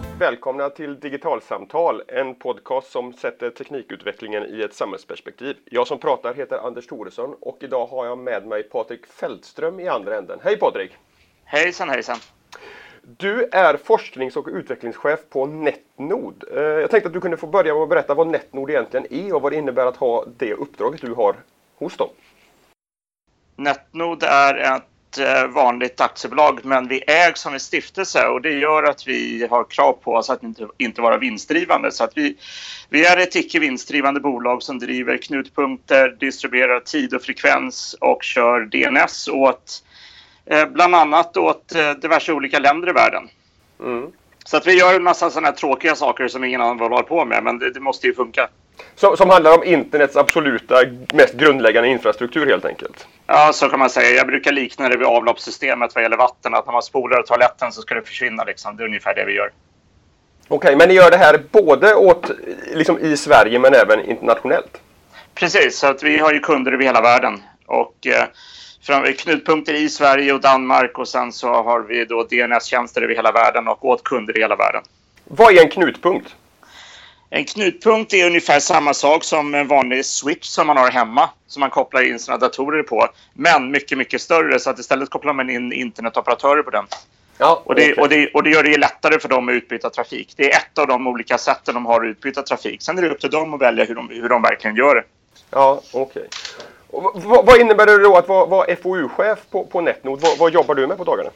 Välkomna till Digitalsamtal, en podcast som sätter teknikutvecklingen i ett samhällsperspektiv. Jag som pratar heter Anders Thoresson och idag har jag med mig Patrik Fältström i andra änden. Hej Patrik! Hejsan, hejsan! Du är forsknings- och utvecklingschef på Netnod. Jag tänkte att du kunde få börja med att berätta vad Netnod egentligen är och vad det innebär att ha det uppdraget du har hos dem. Netnod är ett vanligt aktiebolag, men vi ägs som en stiftelse och det gör att vi har krav på oss att inte vara vinstdrivande. Så att vi är ett icke vinstdrivande bolag som driver knutpunkter, distribuerar tid och frekvens och kör DNS åt bland annat åt diverse olika länder i världen. Mm. Så att vi gör en massa sådana här tråkiga saker som ingen annan håller på med, men det måste ju funka. Som handlar om internets absoluta mest grundläggande infrastruktur helt enkelt. Ja, så kan man säga. Jag brukar likna det vid avloppssystemet vad gäller vatten. Att när man spolar toaletten så ska det försvinna. Liksom. Det är ungefär det vi gör. Okej, men ni gör det här både åt, liksom i Sverige men även internationellt? Precis, så att vi har ju kunder över hela världen. Och knutpunkter i Sverige och Danmark. Och sen så har vi då DNS-tjänster över hela världen och åt kunder i hela världen. Vad är en knutpunkt? En knutpunkt är ungefär samma sak som en vanlig switch som man har hemma. Som man kopplar in sina datorer på. Men mycket, mycket större. Så att istället kopplar man in internetoperatörer på den. Ja, och det gör det lättare för dem att utbyta trafik. Det är ett av de olika sätten de har att utbyta trafik. Sen är det upp till dem att välja hur de verkligen gör det. Ja, okej. Vad innebär det då att vara FoU-chef på Netnod? Vad jobbar du med på dagarna?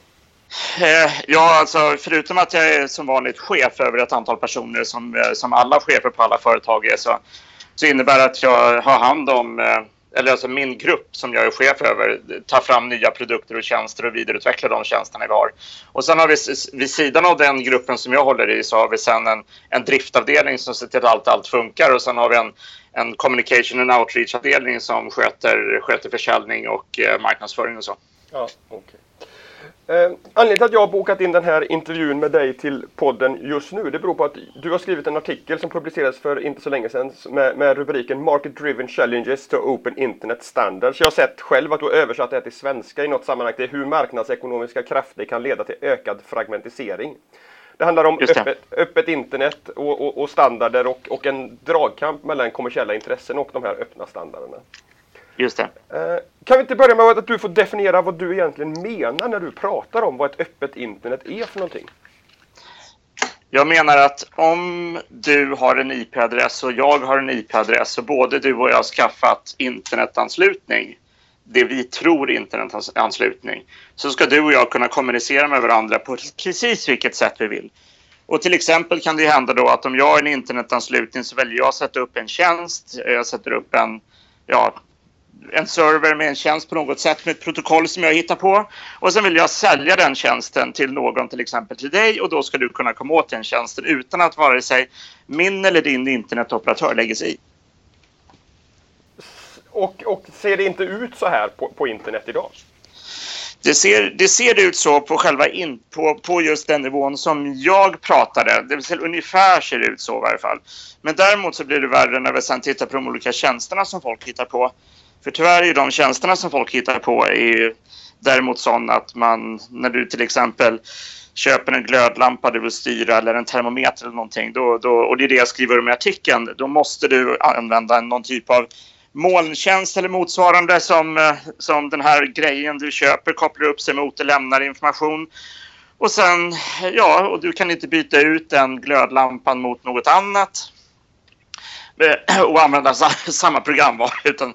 Ja, alltså förutom att jag är som vanligt chef över ett antal personer som alla chefer på alla företag är så innebär det att jag har hand om, eller alltså min grupp som jag är chef över, tar fram nya produkter och tjänster och vidareutvecklar de tjänsterna vi har. Och sen har vi vid sidan av den gruppen som jag håller i så har vi sen en driftavdelning som ser till att allt funkar och sen har vi en communication and outreach-avdelning som sköter försäljning och marknadsföring och så. Ja, okej. Anledningen till att jag har bokat in den här intervjun med dig till podden just nu, det beror på att du har skrivit en artikel som publicerades för inte så länge sedan med rubriken Market Driven Challenges to Open Internet Standards. Jag har sett själv att du har översatt det till svenska i något sammanhang. Det är hur marknadsekonomiska krafter kan leda till ökad fragmentisering. Det handlar om öppet internet och standarder och en dragkamp mellan kommersiella intressen och de här öppna standarderna. Just det. Kan vi inte börja med att du får definiera vad du egentligen menar när du pratar om vad ett öppet internet är för någonting? Jag menar att om du har en IP-adress och jag har en IP-adress och både du och jag har skaffat internetanslutning, det vi tror internetanslutning, så ska du och jag kunna kommunicera med varandra på precis vilket sätt vi vill. Och till exempel kan det hända då att om jag har en internetanslutning så väljer jag att sätta upp en tjänst, jag sätter upp en server med en tjänst på något sätt med ett protokoll som jag hittar på. Och sen vill jag sälja den tjänsten till någon, till exempel till dig. Och då ska du kunna komma åt den tjänsten utan att vare sig min eller din internetoperatör lägger sig i. Och ser det inte ut så här på internet idag? Det ser ut så på själva på just den nivån som jag pratade. Det vill säga ungefär ser det ut så i varje fall. Men däremot så blir det värre när vi sen tittar på de olika tjänsterna som folk hittar på. För tyvärr är ju de tjänsterna som folk hittar på är ju däremot sådana att när du till exempel köper en glödlampa du vill styra eller en termometer eller någonting och det är det jag skriver om i artikeln, då måste du använda någon typ av molntjänst eller motsvarande som den här grejen du köper kopplar upp sig mot och lämnar information. Och sen, och du kan inte byta ut den glödlampan mot något annat och använda samma programvara utan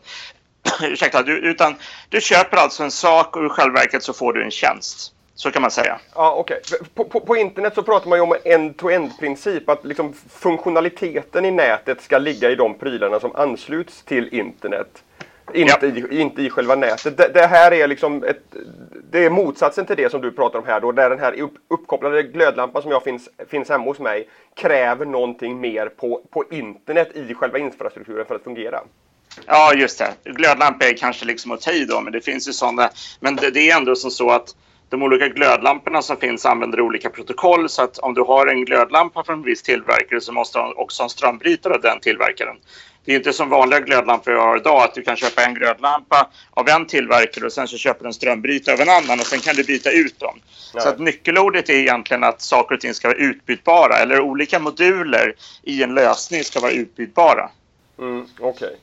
du köper alltså en sak och i självverket så får du en tjänst. Så kan man säga. Ja, okej. På internet så pratar man ju om en end-to-end-princip. Att liksom funktionaliteten i nätet ska ligga i de prylarna som ansluts till internet. Inte i själva nätet. Det här är liksom det är motsatsen till det som du pratar om här då. Där den här uppkopplade glödlampan som finns hemma hos mig kräver någonting mer på internet i själva infrastrukturen för att fungera. Ja, just det. Glödlampor är kanske liksom att ta i då, men det finns ju sådana. Men det är ändå så att de olika glödlamporna som finns använder olika protokoll. Så att om du har en glödlampa från en viss tillverkare så måste du också ha en strömbrytare av den tillverkaren. Det är inte som vanliga glödlampor vi har idag, att du kan köpa en glödlampa av en tillverkare och sen så köper du en strömbrytare av en annan och sen kan du byta ut dem. Nej. Så att nyckelordet är egentligen att saker och ting ska vara utbytbara, eller olika moduler i en lösning ska vara utbytbara. Okej.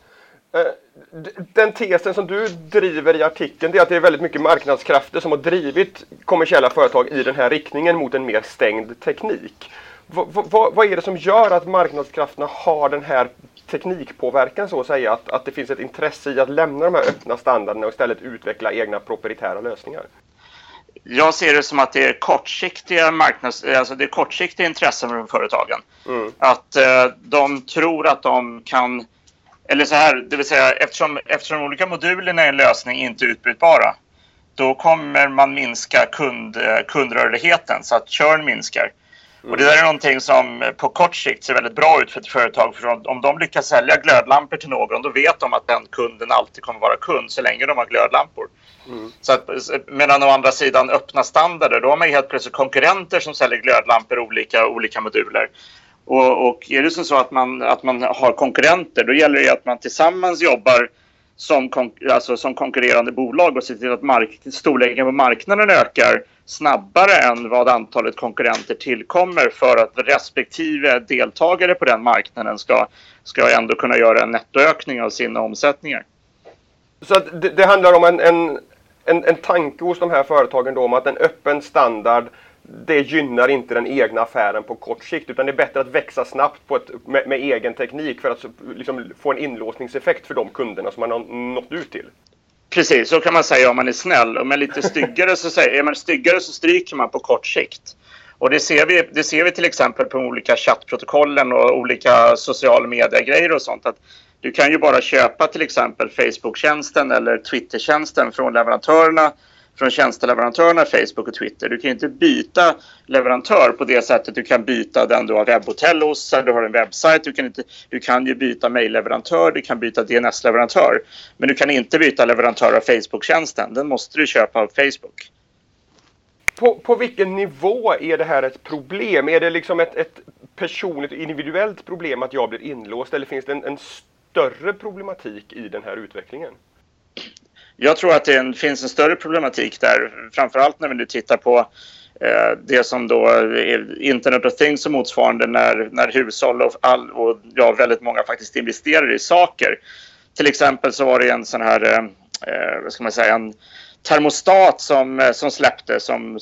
Den tesen som du driver i artikeln är att det är väldigt mycket marknadskrafter som har drivit kommersiella företag i den här riktningen mot en mer stängd teknik. Vad är det som gör att marknadskrafterna har den här teknikpåverkan, så att säga, att det finns ett intresse i att lämna de här öppna standarderna och istället utveckla egna proprietära lösningar? Jag ser det som att det är kortsiktiga intressen från företagen. Att de tror att de kan, eller så här, det vill säga eftersom de olika modulerna i en lösning inte är utbytbara, då kommer man minska kundrörligheten så att churn minskar. Och det där är någonting som på kort sikt ser väldigt bra ut för ett företag. För om de lyckas sälja glödlampor till någon, då vet de att den kunden alltid kommer vara kund så länge de har glödlampor. Så att, medan å andra sidan öppna standarder, då har man helt plötsligt konkurrenter som säljer glödlampor olika moduler. Och är det så att man har konkurrenter, då gäller det att man tillsammans jobbar som konkurrerande bolag och ser till att storleken på marknaden ökar snabbare än vad antalet konkurrenter tillkommer, för att respektive deltagare på den marknaden ska ändå kunna göra en nettoökning av sina omsättningar. Så att det handlar om en tanke hos de här företagen då, om att en öppen standard, det gynnar inte den egna affären på kort sikt, utan det är bättre att växa snabbt med egen teknik för att liksom få en inlåsningseffekt för de kunderna som man har nått ut till. Precis, så kan man säga om man är snäll. Om man är lite styggare så stryker man på kort sikt. Och det ser vi till exempel på olika chattprotokollen och olika sociala mediegrejer och sånt, att du kan ju bara köpa till exempel Facebook-tjänsten eller Twitter-tjänsten från tjänsteleverantörerna Facebook och Twitter. Du kan inte byta leverantör på det sättet. Du kan byta den du har webbhotell hos, eller du har en webbsajt. Du kan ju byta mejlleverantör, du kan byta DNS-leverantör. Men du kan inte byta leverantör av Facebook-tjänsten. Den måste du köpa av Facebook. På vilken nivå är det här ett problem? Är det liksom ett personligt, individuellt problem att jag blir inlåst? Eller finns det en större problematik i den här utvecklingen? Jag tror att det finns en större problematik där, framförallt när vi nu tittar på det som då är Internet of Things och motsvarande, när hushåll och väldigt många faktiskt investerar i saker. Till exempel så var det en sån här, en termostat som släppte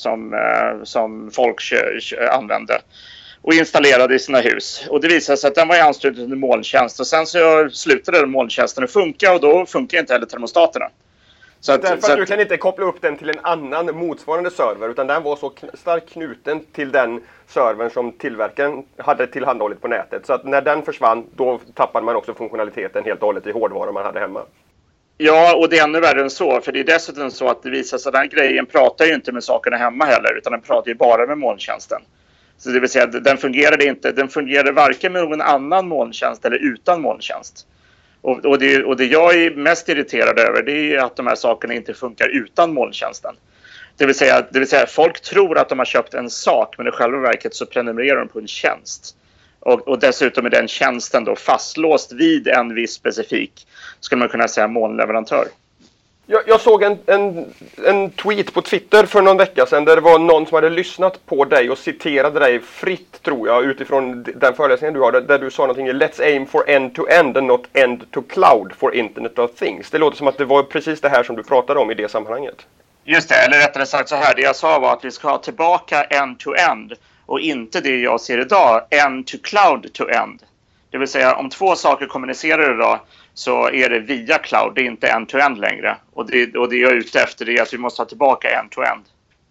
som folk använde och installerade i sina hus. Och det visade sig att den var i anslutning till molntjänst, och sen så slutade den molntjänsten att funka, och då funkar inte heller termostaterna. Därför att du kan inte koppla upp den till en annan motsvarande server, utan den var så starkt knuten till den servern som tillverkaren hade tillhandahållit på nätet. Så att när den försvann, då tappade man också funktionaliteten helt och hållet i hårdvaran man hade hemma. Ja, och det är ännu värre än så, för det är dessutom så att det visar sig att den grejen pratar ju inte med sakerna hemma heller, utan den pratar ju bara med molntjänsten. Så det vill säga att den fungerade varken med någon annan molntjänst eller utan molntjänst. Och det jag är mest irriterad över, det är att de här sakerna inte funkar utan molntjänsten. Det vill säga folk tror att de har köpt en sak, men i själva verket så prenumererar de på en tjänst. Och dessutom är den tjänsten då fastlåst vid en viss specifik, skulle man kunna säga, molnleverantör. Jag såg en tweet på Twitter för någon vecka sedan där det var någon som hade lyssnat på dig och citerade dig fritt, tror jag, utifrån den föreläsningen du har, där du sa någonting: Let's aim for end-to-end and not end-to-cloud for Internet of Things. Det låter som att det var precis det här som du pratade om i det sammanhanget. Just det, eller rättare sagt så här, det jag sa var att vi ska ha tillbaka end-to-end och inte det jag ser idag, end-to-cloud-to-end. Det vill säga, om två saker kommunicerar idag så är det via cloud, det är inte end-to-end längre. Och det jag är ute efter är att vi måste ha tillbaka end-to-end.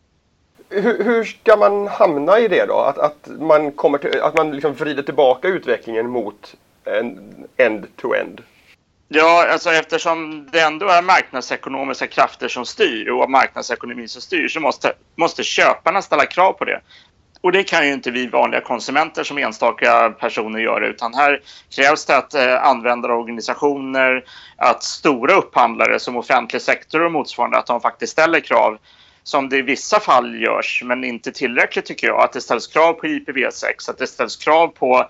Hur ska man hamna i det då? Att man liksom vrider tillbaka utvecklingen mot en end-to-end? Ja, alltså eftersom det ändå är marknadsekonomiska krafter som styr och marknadsekonomi som styr, så måste köparna ställa krav på det. Och det kan ju inte vi vanliga konsumenter som enstaka personer göra, utan här krävs det att användarorganisationer, att stora upphandlare som offentlig sektor och motsvarande, att de faktiskt ställer krav, som det i vissa fall görs, men inte tillräckligt tycker jag. Att det ställs krav på IPv6, att det ställs krav på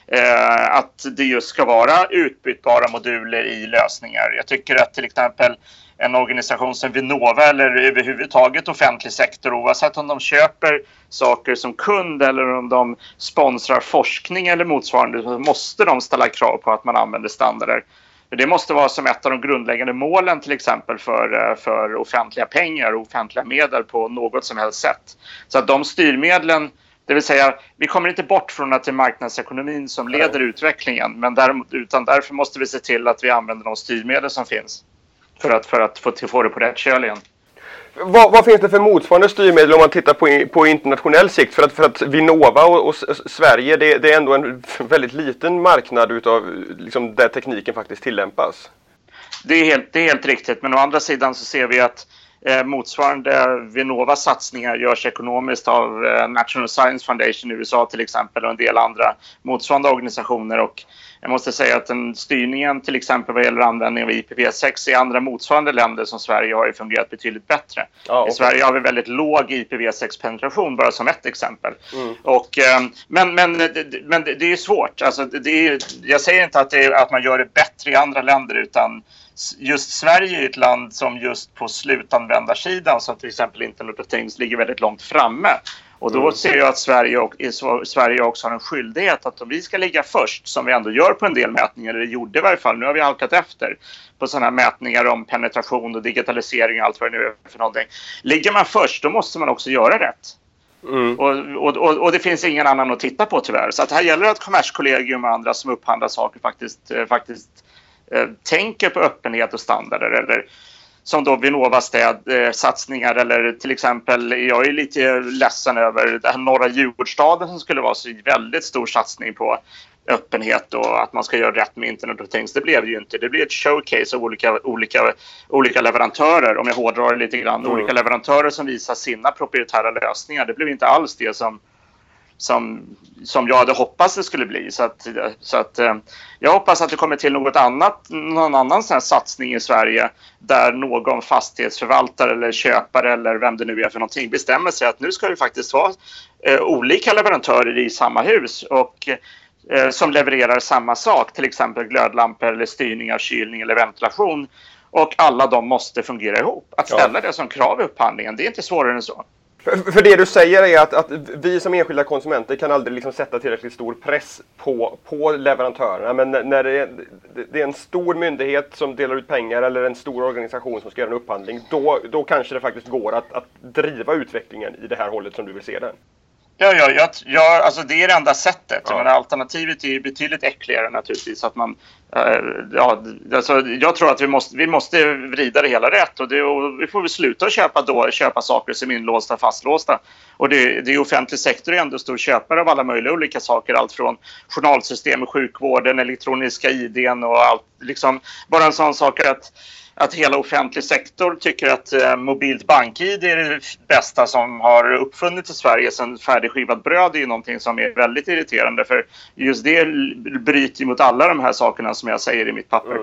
att det just ska vara utbytbara moduler i lösningar. Jag tycker att till exempel en organisation som Vinnova eller överhuvudtaget offentlig sektor, oavsett om de köper saker som kund eller om de sponsrar forskning eller motsvarande, så måste de ställa krav på att man använder standarder. Det måste vara som ett av de grundläggande målen till exempel för offentliga pengar och offentliga medel på något som helst sätt. Så att de styrmedlen, det vill säga vi kommer inte bort från att det är marknadsekonomin som leder utvecklingen, men utan därför måste vi se till att vi använder de styrmedel som finns för att få det på rätt köl igen. Vad finns det för motsvarande styrmedel om man tittar på internationell sikt? För att Vinnova och Sverige, det är ändå en väldigt liten marknad utav liksom, där tekniken faktiskt tillämpas. Det är helt riktigt, men å andra sidan så ser vi att motsvarande Vinnovas satsningar görs ekonomiskt av National Science Foundation i USA till exempel och en del andra motsvarande organisationer, och jag måste säga att den styrningen till exempel vad gäller användning av IPv6 i andra motsvarande länder som Sverige har ju fungerat betydligt bättre. Ja, okay. I Sverige har vi väldigt låg IPv6-penetration bara som ett exempel. Och, men det är ju svårt. Alltså, jag säger inte att man gör det bättre i andra länder, utan just Sverige är ett land som just på slutanvändarsidan som till exempel Internet of Things ligger väldigt långt framme. Och då ser jag att Sverige också har en skyldighet att om vi ska ligga först, som vi ändå gör på en del mätningar, eller gjorde i varje fall, nu har vi halkat efter på sådana här mätningar om penetration och digitalisering och allt vad det nu är för någonting. Ligger man först, då måste man också göra rätt. Och det finns ingen annan att titta på tyvärr. Så att här gäller det att Kommerskollegium och andra som upphandlar saker faktiskt tänker på öppenhet och standarder, eller som då Vinnova satsningar, eller till exempel, jag är lite ledsen över det här norra Djurgårdsstaden som skulle vara så väldigt stor satsning på öppenhet och att man ska göra rätt med Internet of Things. Det blev ju inte. Det blev ett showcase av olika leverantörer, om jag hårdrar det lite grann. Olika leverantörer som visar sina proprietära lösningar. Det blev inte alls det som jag hade hoppats det skulle bli. Så att jag hoppas att det kommer till någon annan sån här satsning i Sverige där någon fastighetsförvaltare eller köpare eller vem det nu är för någonting bestämmer sig att nu ska det faktiskt vara olika leverantörer i samma hus och som levererar samma sak, till exempel glödlampor eller styrning av kylning eller ventilation, och alla de måste fungera ihop. Att ställa det som krav i upphandlingen, det är inte svårare än så. För det du säger är att vi som enskilda konsumenter kan aldrig liksom sätta tillräckligt stor press på leverantörerna. Men när det är en stor myndighet som delar ut pengar eller en stor organisation som ska göra en upphandling, då kanske det faktiskt går att driva utvecklingen i det här hållet som du vill se den. Ja, alltså det är det enda sättet. Ja. Men alternativet är ju betydligt äckligare naturligtvis. Att man, alltså jag tror att vi måste vrida det hela rätt. Och vi får väl sluta att köpa saker som är inlåsta och fastlåsta. Och det är offentlig sektor är ändå stor köpare av alla möjliga olika saker. Allt från journalsystem i sjukvården, elektroniska ID:n och allt. Liksom, bara en sån sak att hela offentlig sektor tycker att mobilt bank-ID är det bästa som har uppfunnits i Sverige sedan färdigskivat bröd är ju någonting som är väldigt irriterande, för just det bryter mot alla de här sakerna som jag säger i mitt papper.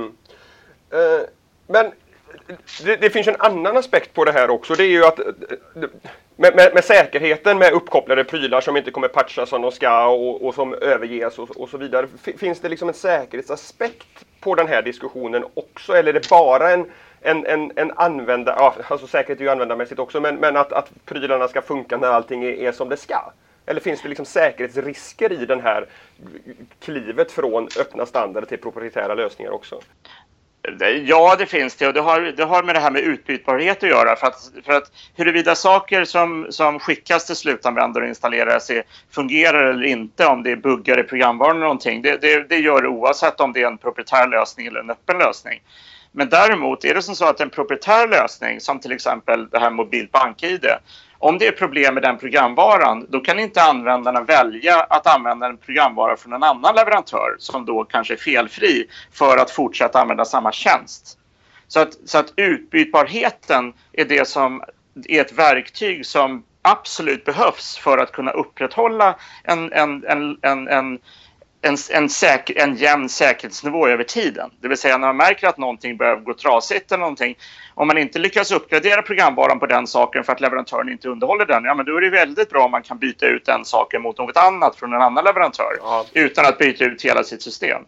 Men det finns en annan aspekt på det här också. Det är ju att med säkerheten, med uppkopplade prylar som inte kommer patchas som de ska och som överges och så vidare. Finns det liksom en säkerhetsaspekt på den här diskussionen också? Eller är det bara en användare, alltså säkerhet är ju användarmässigt också, men att prylarna ska funka när allting är som det ska? Eller finns det liksom säkerhetsrisker i den här klivet från öppna standarder till proprietära lösningar också? Ja, det finns det, och det har med det här med utbytbarhet att göra, för att huruvida saker som skickas till slutanvändare och installeras fungerar eller inte, om det är buggar i programvaran eller någonting, det gör det oavsett om det är en proprietär lösning eller en öppen lösning. Men däremot är det som så att en proprietär lösning, som till exempel det här mobilt bank-ID, om det är problem med den programvaran, då kan inte användarna välja att använda en programvara från en annan leverantör som då kanske är felfri för att fortsätta använda samma tjänst. Så att utbytbarheten är det som är ett verktyg som absolut behövs för att kunna upprätthålla en jämn säkerhetsnivå över tiden. Det vill säga när man märker att någonting börjar gå trasigt eller någonting, om man inte lyckas uppgradera programvaran på den saken för att leverantören inte underhåller den, ja men då är det väldigt bra om man kan byta ut den saken mot något annat från en annan leverantör utan att byta ut hela sitt system.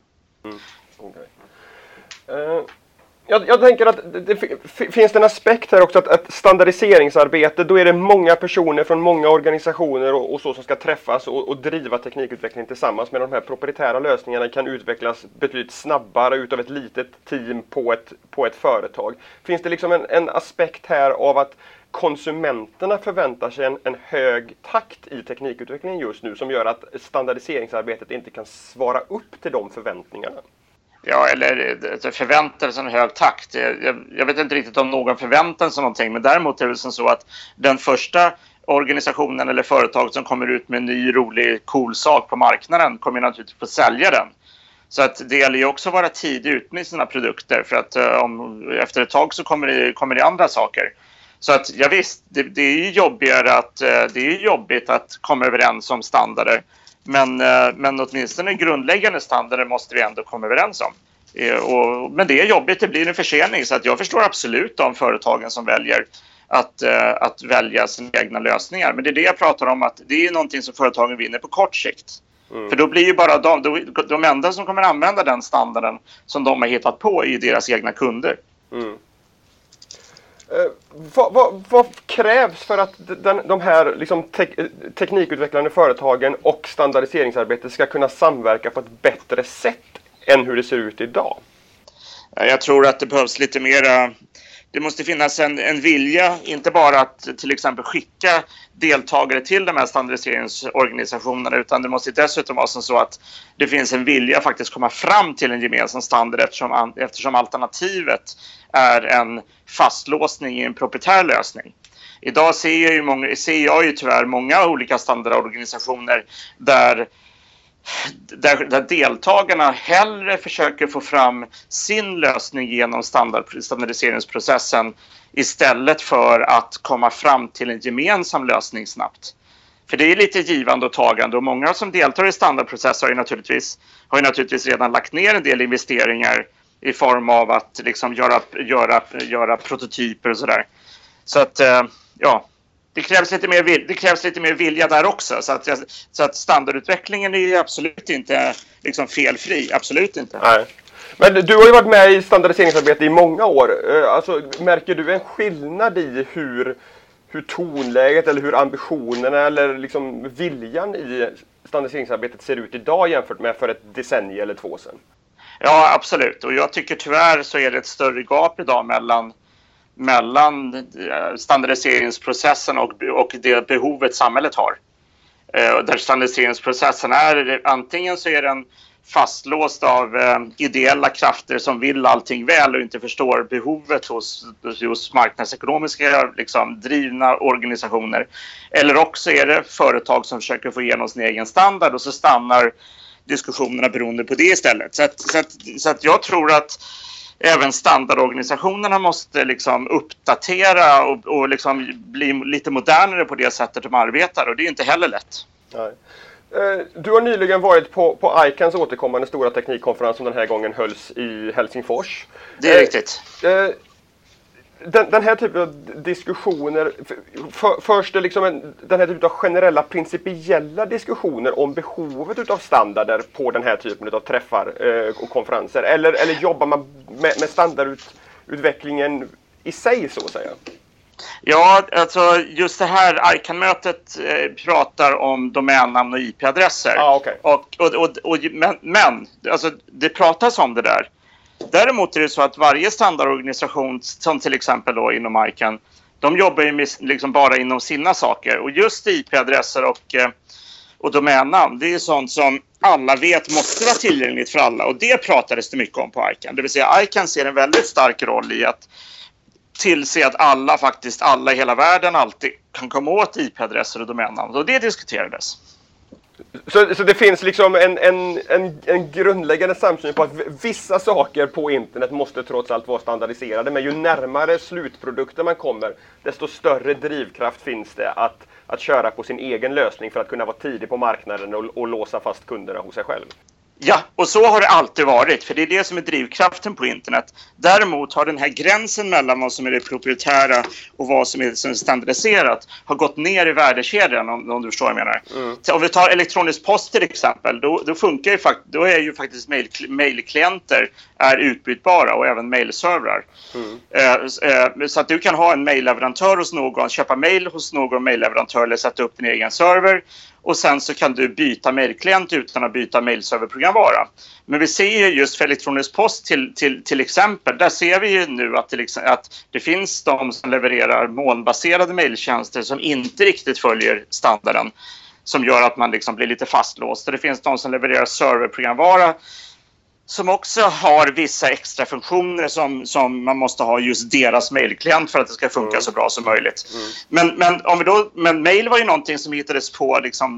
Okay. Jag tänker att finns det en aspekt här också att standardiseringsarbete, då är det många personer från många organisationer och så som ska träffas och driva teknikutveckling tillsammans, med de här proprietära lösningarna kan utvecklas betydligt snabbare utav ett litet team på ett företag. Finns det liksom en aspekt här av att konsumenterna förväntar sig en hög takt i teknikutvecklingen just nu som gör att standardiseringsarbetet inte kan svara upp till de förväntningarna? Ja, eller förväntar sig en hög takt. Jag vet inte riktigt om någon förväntar sig någonting, men däremot är det så att den första organisationen eller företaget som kommer ut med en ny, rolig, cool sak på marknaden kommer naturligtvis få sälja den. Så att det gäller ju också att vara tidigt ut med sina produkter, för att efter ett tag så kommer det andra saker. Så att ja, visst, det är ju jobbigt att komma överens om standarder. Men åtminstone grundläggande standarder måste vi ändå komma överens om. Men det är jobbigt, det blir en försening. Så att jag förstår absolut de företagen som väljer att välja sina egna lösningar. Men det är det jag pratar om, att det är någonting som företagen vinner på kort sikt. För då blir ju bara de enda som kommer använda den standarden som de har hittat på i deras egna kunder. Vad krävs för att de här liksom teknikutvecklande företagen och standardiseringsarbetet ska kunna samverka på ett bättre sätt än hur det ser ut idag? Jag tror att det behövs lite mera. Det måste finnas en vilja, inte bara att till exempel skicka deltagare till de här standardiseringsorganisationerna, utan det måste dessutom vara så att det finns en vilja att faktiskt komma fram till en gemensam standard, eftersom alternativet är en fastlåsning i en proprietär lösning. Idag ser jag ju tyvärr många olika standardorganisationer där deltagarna hellre försöker få fram sin lösning genom standardiseringsprocessen istället för att komma fram till en gemensam lösning snabbt. För det är lite givande och tagande, och många som deltar i standardprocesser har ju naturligtvis redan lagt ner en del investeringar i form av att liksom göra prototyper och sådär. Så att ja, det krävs lite mer vilja där också, så att standardutvecklingen är ju absolut inte liksom felfri, absolut inte. Nej. Men du har ju varit med i standardiseringsarbete i många år. Alltså, märker du en skillnad i hur tonläget eller hur ambitionerna eller liksom viljan i standardiseringsarbetet ser ut idag jämfört med för ett decennium eller 2 sedan? Ja, absolut. Och jag tycker tyvärr så är det ett större gap idag mellan standardiseringsprocessen och det behovet samhället har. Där standardiseringsprocessen är antingen så är den fastlåst av ideella krafter som vill allting väl och inte förstår behovet hos marknadsekonomiska liksom, drivna organisationer. Eller också är det företag som försöker få igenom sin egen standard, och så stannar diskussionerna beroende på det istället. Så att jag tror att även standardorganisationerna måste liksom uppdatera och liksom bli lite modernare på det sättet de arbetar, och det är inte heller lätt. Nej. Du har nyligen varit på ICANNs återkommande stora teknikkonferens som den här gången hölls i Helsingfors. Det är riktigt. Den här typen av diskussioner, förs det liksom den här typen av generella principiella diskussioner om behovet av standarder på den här typen av träffar och konferenser? Eller jobbar man med standardutvecklingen i sig, så att säga? Ja, alltså just det här ICANN-mötet pratar om domännamn och IP-adresser. Okay. Men alltså, det pratas om det där. Däremot är det så att varje standardorganisation, som till exempel då inom ICANN, de jobbar ju liksom bara inom sina saker. Och just IP-adresser och domännamn, det är sånt som alla vet måste vara tillgängligt för alla. Och det pratades det mycket om på ICANN. Det vill säga ICANN ser en väldigt stark roll i att tillse att alla i hela världen alltid kan komma åt IP-adresser och domännamn. Och det diskuterades. Så det finns liksom en grundläggande samsyn på att vissa saker på internet måste trots allt vara standardiserade, men ju närmare slutprodukter man kommer, desto större drivkraft finns det att köra på sin egen lösning för att kunna vara tidig på marknaden och låsa fast kunderna hos sig själv. Ja, och så har det alltid varit, för det är det som är drivkraften på internet. Däremot har den här gränsen mellan vad som är det proprietära och vad som är standardiserat har gått ner i värdekedjan, om du förstår vad jag menar. Om vi tar elektronisk post till exempel, då funkar då är ju faktiskt mejlklienter är utbytbara och även mejlservrar. Så att du kan ha en mejlleverantör hos någon, köpa mejl hos någon mejlleverantör eller sätta upp din egen server. Och sen så kan du byta mejlklient utan att byta mejlserverprogramvara. Men vi ser ju just för elektronisk post till exempel, där ser vi ju nu att det finns de som levererar molnbaserade mejltjänster som inte riktigt följer standarden. Som gör att man liksom blir lite fastlåst. Och det finns de som levererar serverprogramvara som också har vissa extra funktioner som man måste ha just deras mejlklient för att det ska funka så bra som möjligt. Men mejl var ju någonting som hittades på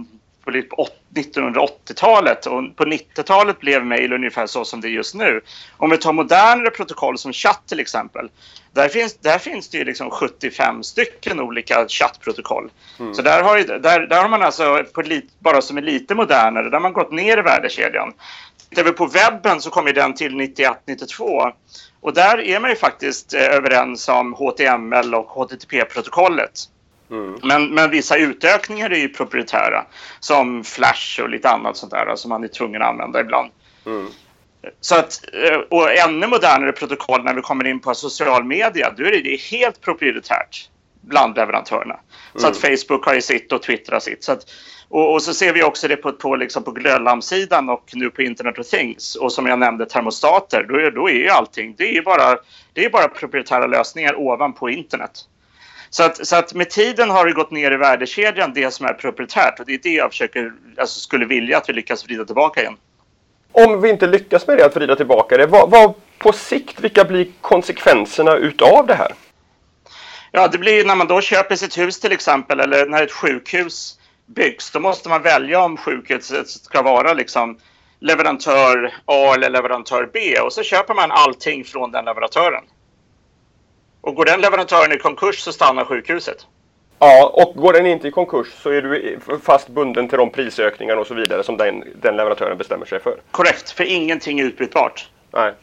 1980-talet, och på 90-talet blev mejl ungefär så som det är just nu. Om vi tar modernare protokoll som chatt till exempel, där finns det ju liksom 75 stycken olika chattprotokoll. Så där har man alltså bara som är lite modernare, där man gått ner i värdekedjan. Tittar vi på webben så kommer den till 91-92, och där är man ju faktiskt överens om HTML och HTTP-protokollet. Men vissa utökningar är ju proprietära, som Flash och lite annat sånt där som man är tvungen att använda ibland. Så att, och ännu modernare protokoll när vi kommer in på social media, då är det helt proprietärt bland leverantörerna. Så att Facebook har ju sitt och Twitter har sitt. Så att, och så ser vi också det på glödlampssidan och nu på Internet of Things. Och som jag nämnde, termostater, då är ju allting, det är bara proprietära lösningar ovanpå internet. Så att med tiden har det gått ner i värdekedjan det som är proprietärt, och det är det jag skulle vilja att vi lyckas vrida tillbaka igen. Om vi inte lyckas med det, att vrida tillbaka det, vad på sikt, vilka blir konsekvenserna utav det här? Ja, det blir när man då köper sitt hus till exempel, eller när ett sjukhus byggs, då måste man välja om sjukhuset ska vara liksom leverantör A eller leverantör B, och så köper man allting från den leverantören. Och går den leverantören i konkurs så stannar sjukhuset. Ja, och går den inte i konkurs så är du fast bunden till de prisökningar och så vidare som den leverantören bestämmer sig för. Korrekt, för ingenting är utbytbart. Nej.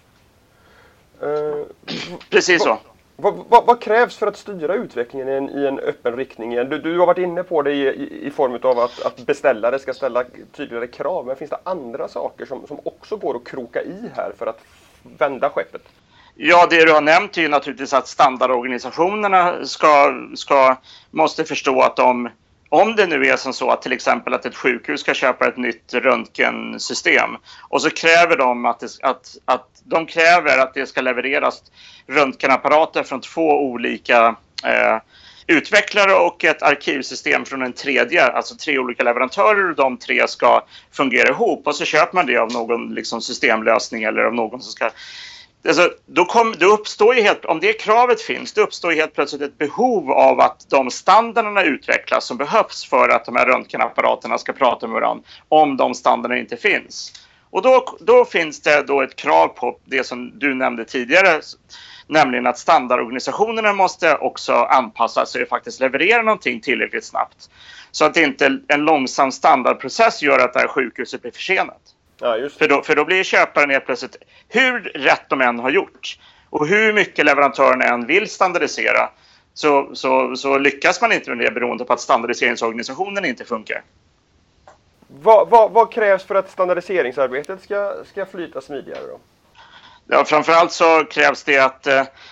Precis så. Vad krävs för att styra utvecklingen i en öppen riktning igen? Du har varit inne på det i form av att beställare ska ställa tydligare krav. Men finns det andra saker som också går att kroka i här för att vända skeppet? Ja, det du har nämnt är ju naturligtvis att standardorganisationerna måste förstå att om det nu är som så att till exempel att ett sjukhus ska köpa ett nytt röntgensystem, och så kräver de att det ska levereras röntgenapparater från 2 olika utvecklare och ett arkivsystem från en tredje, alltså 3 olika leverantörer, och de 3 ska fungera ihop, och så köper man det av någon liksom systemlösning eller av någon som ska. Alltså, då uppstår ju om det kravet finns, då uppstår ju helt plötsligt ett behov av att de standarderna utvecklas som behövs för att de här röntgenapparaterna ska prata med varandra, om de standarderna inte finns. Och då finns det då ett krav på det som du nämnde tidigare, nämligen att standardorganisationerna måste också anpassa sig och faktiskt leverera någonting tillräckligt snabbt. Så att inte en långsam standardprocess gör att det här sjukhuset blir försenat. Ja, just. För då blir köparen helt plötsligt, hur rätt de än har gjort och hur mycket leverantören än vill standardisera, så lyckas man inte med det beroende på att standardiseringsorganisationen inte funkar. Vad krävs för att standardiseringsarbetet ska flyta smidigare då? Ja, framförallt så krävs det att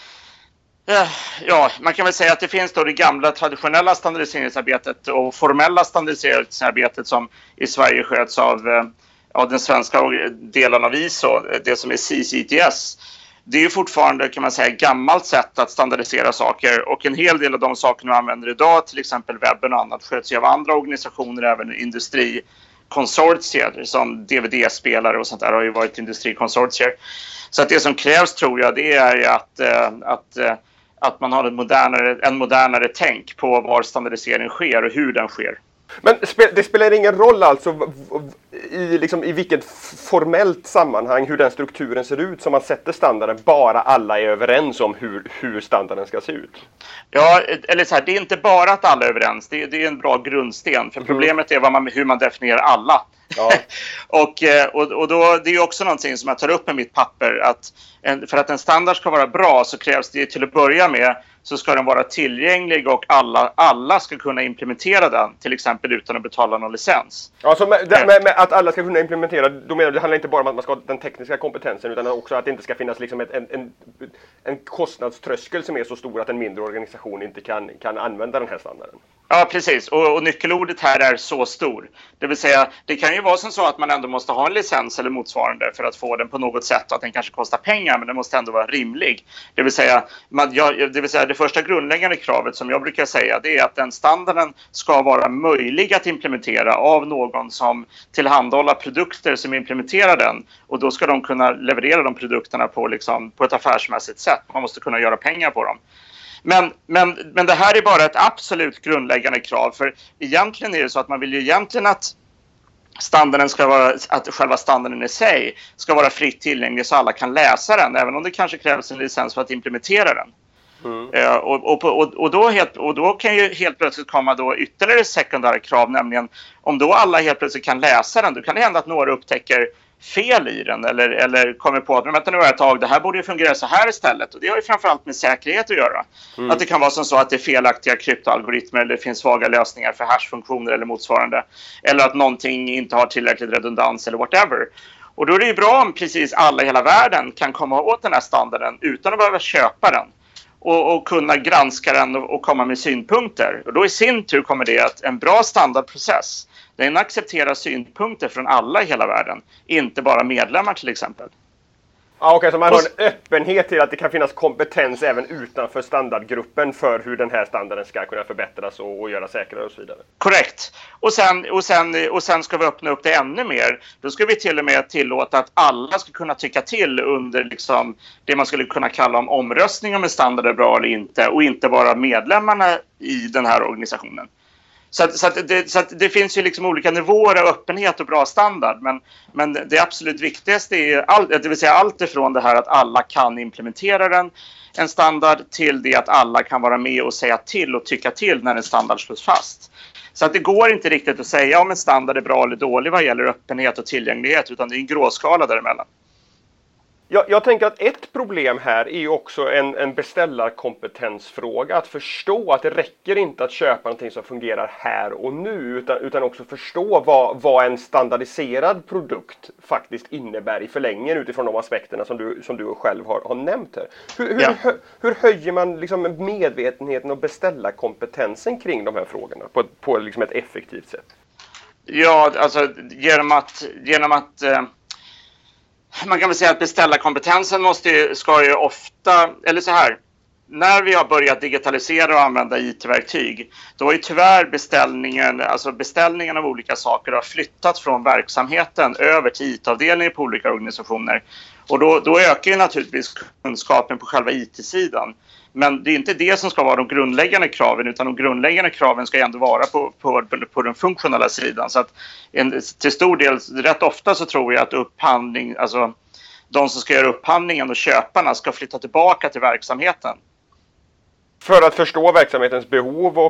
man kan väl säga att det finns då det gamla traditionella standardiseringsarbetet och formella standardiseringsarbetet som i Sverige sköts av den svenska delen av ISO, det som är CCTS. Det är ju fortfarande, kan man säga, ett gammalt sätt att standardisera saker, och en hel del av de saker vi använder idag, till exempel webben och annat, sköts ju av andra organisationer, även industrikonsortier som DVD-spelare och sånt där har ju varit industrikonsortier. Så att det som krävs, tror jag, det är ju att man har en modernare tänk på var standardisering sker och hur den sker. Men det spelar ingen roll alltså i vilket formellt sammanhang, hur den strukturen ser ut som man sätter standarden, bara alla är överens om hur standarden ska se ut? Ja, eller så här, det är inte bara att alla är överens. Det är en bra grundsten. För problemet är hur man definierar alla. Ja. och då, det är ju också någonting som jag tar upp med mitt papper, att för att en standard ska vara bra så krävs det till att börja med, så ska den vara tillgänglig och alla ska kunna implementera den, till exempel utan att betala någon licens. Ja, så med att alla ska kunna implementera, då menar du, det handlar inte bara om att man ska ha den tekniska kompetensen, utan också att det inte ska finnas liksom en kostnadströskel som är så stor att en mindre organisation inte kan använda den här standarden. Ja, precis. Och nyckelordet här är så stor. Det vill säga, det kan ju vara som så att man ändå måste ha en licens eller motsvarande för att få den på något sätt. Att den kanske kostar pengar, men den måste ändå vara rimlig. Det vill säga, det första grundläggande kravet som jag brukar säga, det är att den standarden ska vara möjlig att implementera av någon som tillhandahåller produkter som implementerar den. Och då ska de kunna leverera de produkterna på ett affärsmässigt sätt. Man måste kunna göra pengar på dem. Men det här är bara ett absolut grundläggande krav, för egentligen är det så att man vill ju egentligen att standarden ska vara, att själva standarden i sig ska vara fritt tillgänglig så alla kan läsa den, även om det kanske krävs en licens för att implementera den. Och då kan ju helt plötsligt komma då ytterligare sekundära krav, nämligen om då alla helt plötsligt kan läsa den, då kan det hända att några upptäcker fel i den eller kommer på att vänta nu ett tag, det här borde ju fungera så här istället, och det har ju framförallt med säkerhet att göra. Att det kan vara som så att det är felaktiga kryptoalgoritmer eller det finns svaga lösningar för hashfunktioner eller motsvarande, eller att någonting inte har tillräckligt redundans eller whatever. Och då är det ju bra om precis alla i hela världen kan komma åt den här standarden utan att behöva köpa den och kunna granska den och komma med synpunkter. Och då i sin tur kommer det att en bra standardprocess, den accepterar synpunkter från alla i hela världen, inte bara medlemmar till exempel. Ja, okej, så man har en öppenhet till att det kan finnas kompetens även utanför standardgruppen för hur den här standarden ska kunna förbättras och göra säkrare och så vidare. Korrekt. Och sen ska vi öppna upp det ännu mer. Då ska vi till och med tillåta att alla ska kunna tycka till under liksom det man skulle kunna kalla om omröstning om en standard är bra eller inte, och inte bara medlemmarna i den här organisationen. Så att det finns ju liksom olika nivåer av öppenhet och bra standard, men det absolut viktigaste är det vill säga allt ifrån det här att alla kan implementera en standard till det att alla kan vara med och säga till och tycka till när en standard slås fast. Så att det går inte riktigt att säga om en standard är bra eller dålig vad gäller öppenhet och tillgänglighet, utan det är en gråskala däremellan. Jag tänker att ett problem här är ju också en beställarkompetensfråga. Att förstå att det räcker inte att köpa någonting som fungerar här och nu, utan också förstå vad en standardiserad produkt faktiskt innebär i förlängningen utifrån de aspekterna som du själv har nämnt här. Hur höjer man liksom medvetenheten och beställarkompetensen kring de här frågorna på liksom ett effektivt sätt? Ja, alltså genom att man kan väl säga att beställarkompetensen ska ju ofta, eller så här, när vi har börjat digitalisera och använda IT-verktyg, då har ju tyvärr beställningen av olika saker har flyttat från verksamheten över till IT-avdelningen på olika organisationer. Och då ökar ju naturligtvis kunskapen på själva IT-sidan. Men det är inte det som ska vara de grundläggande kraven, utan de grundläggande kraven ska ändå vara på den funktionella sidan. Så att till stor del, rätt ofta så tror jag att upphandling, alltså de som ska göra upphandlingen och köparna ska flytta tillbaka till verksamheten. För att förstå verksamhetens behov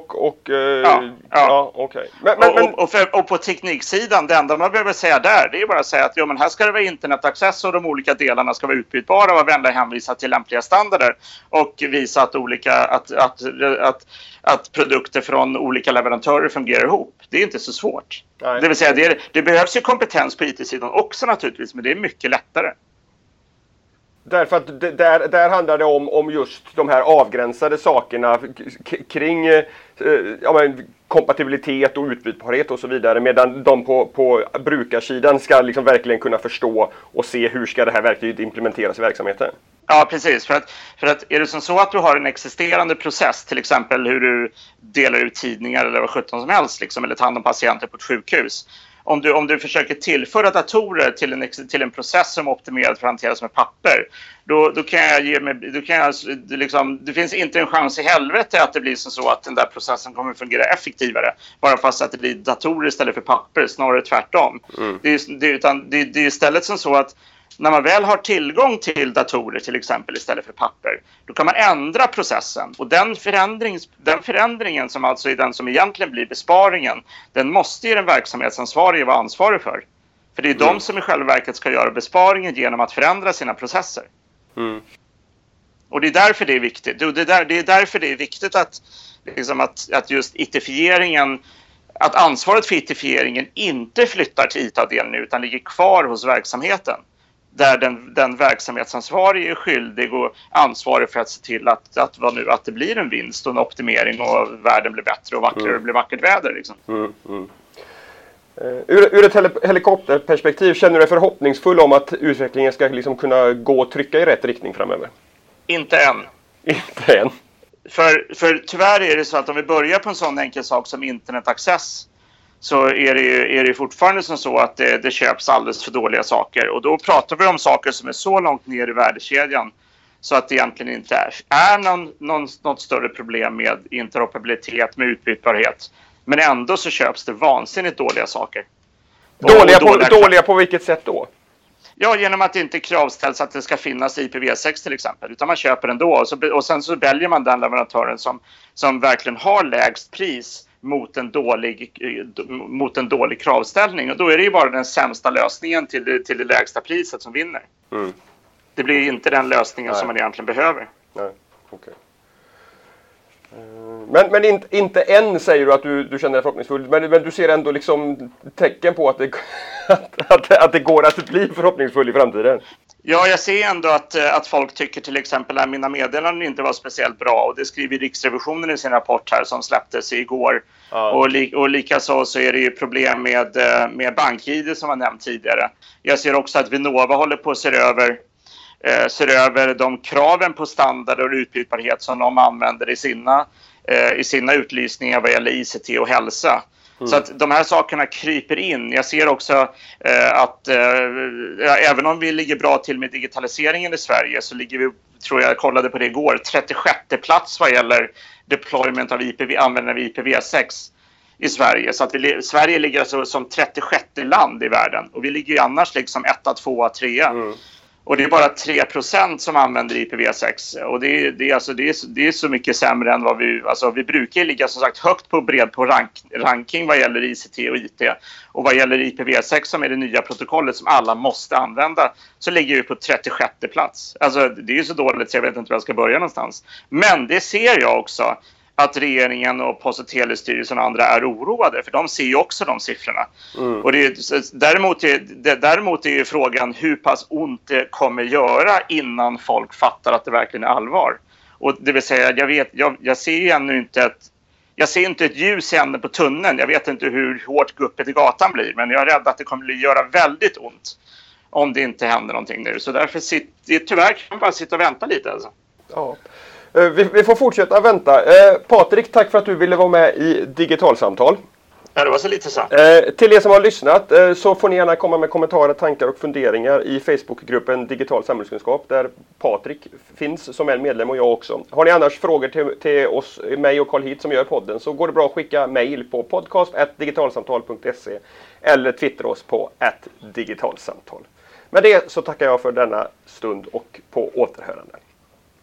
okej. Och på tekniksidan, det enda man behöver säga där, det är bara att säga att men här ska det vara internetaccess och de olika delarna ska vara utbytbara och vända hänvisa till lämpliga standarder och visa att att produkter från olika leverantörer fungerar ihop. Det är inte så svårt. Nej. Det vill säga, det behövs ju kompetens på IT-sidan också naturligtvis, men det är mycket lättare. Därför att där handlar det om just de här avgränsade sakerna kring kompatibilitet och utbytbarhet och så vidare, medan de på brukarsidan ska liksom verkligen kunna förstå och se hur ska det här verkligen implementeras i verksamheten. Ja, precis. För att är det som så att du har en existerande process, till exempel hur du delar ut tidningar eller vad sjutton som helst, liksom, eller tar hand om patienter på ett sjukhus. om du försöker tillföra datorer till en process som är optimerad för att hanteras med papper, då kan jag liksom, det finns inte en chans i helvete att det blir så att den där processen kommer att fungera effektivare bara fast att det blir datorer istället för papper, snarare tvärtom. Det är istället som så att när man väl har tillgång till datorer till exempel istället för papper, då kan man ändra processen. Och den förändringen som alltså är den som egentligen blir besparingen, den måste ju den verksamhetsansvarige vara ansvarig för. För det är de som i själva verket ska göra besparingen genom att förändra sina processer. Och det är därför det är viktigt. Det är därför det är viktigt att just IT-fieringen, att ansvaret för IT-fieringen inte flyttar till IT-avdelningen utan ligger kvar hos verksamheten. Där den verksamhetsansvarige är skyldig och ansvarig för att se till att det blir en vinst och en optimering och världen blir bättre och vackrare och blir vackert väder. Liksom. Ur ett helikopterperspektiv, känner du dig förhoppningsfull om att utvecklingen ska liksom kunna gå och trycka i rätt riktning framöver? Inte än. Inte än? För tyvärr är det så att om vi börjar på en sån enkel sak som internetaccess, så är det fortfarande som så att det köps alldeles för dåliga saker. Och då pratar vi om saker som är så långt ner i värdekedjan så att det egentligen inte är något större problem med interoperabilitet, med utbytbarhet. Men ändå så köps det vansinnigt dåliga saker. Dåliga på vilket sätt då? Ja, genom att det inte kravställs att det ska finnas IPv6 till exempel. Utan man köper ändå och sen så väljer man den leverantören som verkligen har lägst pris mot en dålig kravställning. Och då är det ju bara den sämsta lösningen till det lägsta priset som vinner. Det blir inte den lösningen som man egentligen behöver. Nej, okej. Men inte än säger du att du känner dig förhoppningsfull. Men du ser ändå liksom tecken på att det går att bli förhoppningsfull i framtiden. Ja, jag ser ändå att folk tycker till exempel att mina meddelanden inte var speciellt bra. Och det skriver Riksrevisionen i sin rapport här som släpptes igår. Ja. Och likaså så är det ju problem med BankID som var nämnt tidigare. Jag ser också att Vinnova håller på att ser över de kraven på standard och utbytbarhet som de använder i sina utlysningar vad gäller ICT och hälsa. Så att de här sakerna kryper in. Jag ser också att även om vi ligger bra till med digitaliseringen i Sverige så ligger vi, tror jag kollade på det igår, 36:e plats vad gäller deployment av användning av IPv6 i Sverige. Så att Sverige ligger alltså som 36:e land i världen. Och vi ligger ju annars liksom 1, 2, 3. Och det är bara 3% som använder IPv6. Och det är så mycket sämre än vad vi brukar ligga som sagt högt på ranking vad gäller ICT och IT. Och vad gäller IPv6 som är det nya protokollet som alla måste använda så ligger vi på 36:e plats. Alltså det är ju så dåligt så jag vet inte var jag ska börja någonstans. Men det ser jag också att regeringen och Post- och telestyrelsen och andra är oroade. För de ser ju också de siffrorna. Och däremot är ju frågan hur pass ont det kommer göra innan folk fattar att det verkligen är allvar. Och det vill säga, jag ser ännu inte jag ser inte ett ljus i änden på tunneln. Jag vet inte hur hårt guppet i gatan blir. Men jag är rädd att det kommer att göra väldigt ont om det inte händer någonting nu. Så därför tyvärr kan man bara sitta och vänta lite alltså. Ja. Vi får fortsätta vänta. Patrik, tack för att du ville vara med i Digitalsamtal. Ja, det var så lite så. Till er som har lyssnat så får ni gärna komma med kommentarer, tankar och funderingar i Facebookgruppen Digital Samhällskunskap där Patrik finns som en medlem och jag också. Har ni annars frågor till oss, mig och Carl Hit som gör podden så går det bra att skicka mejl på podcast@digitalsamtal.se eller twittra oss på @digitalsamtal. Med det så tackar jag för denna stund och på återhörande.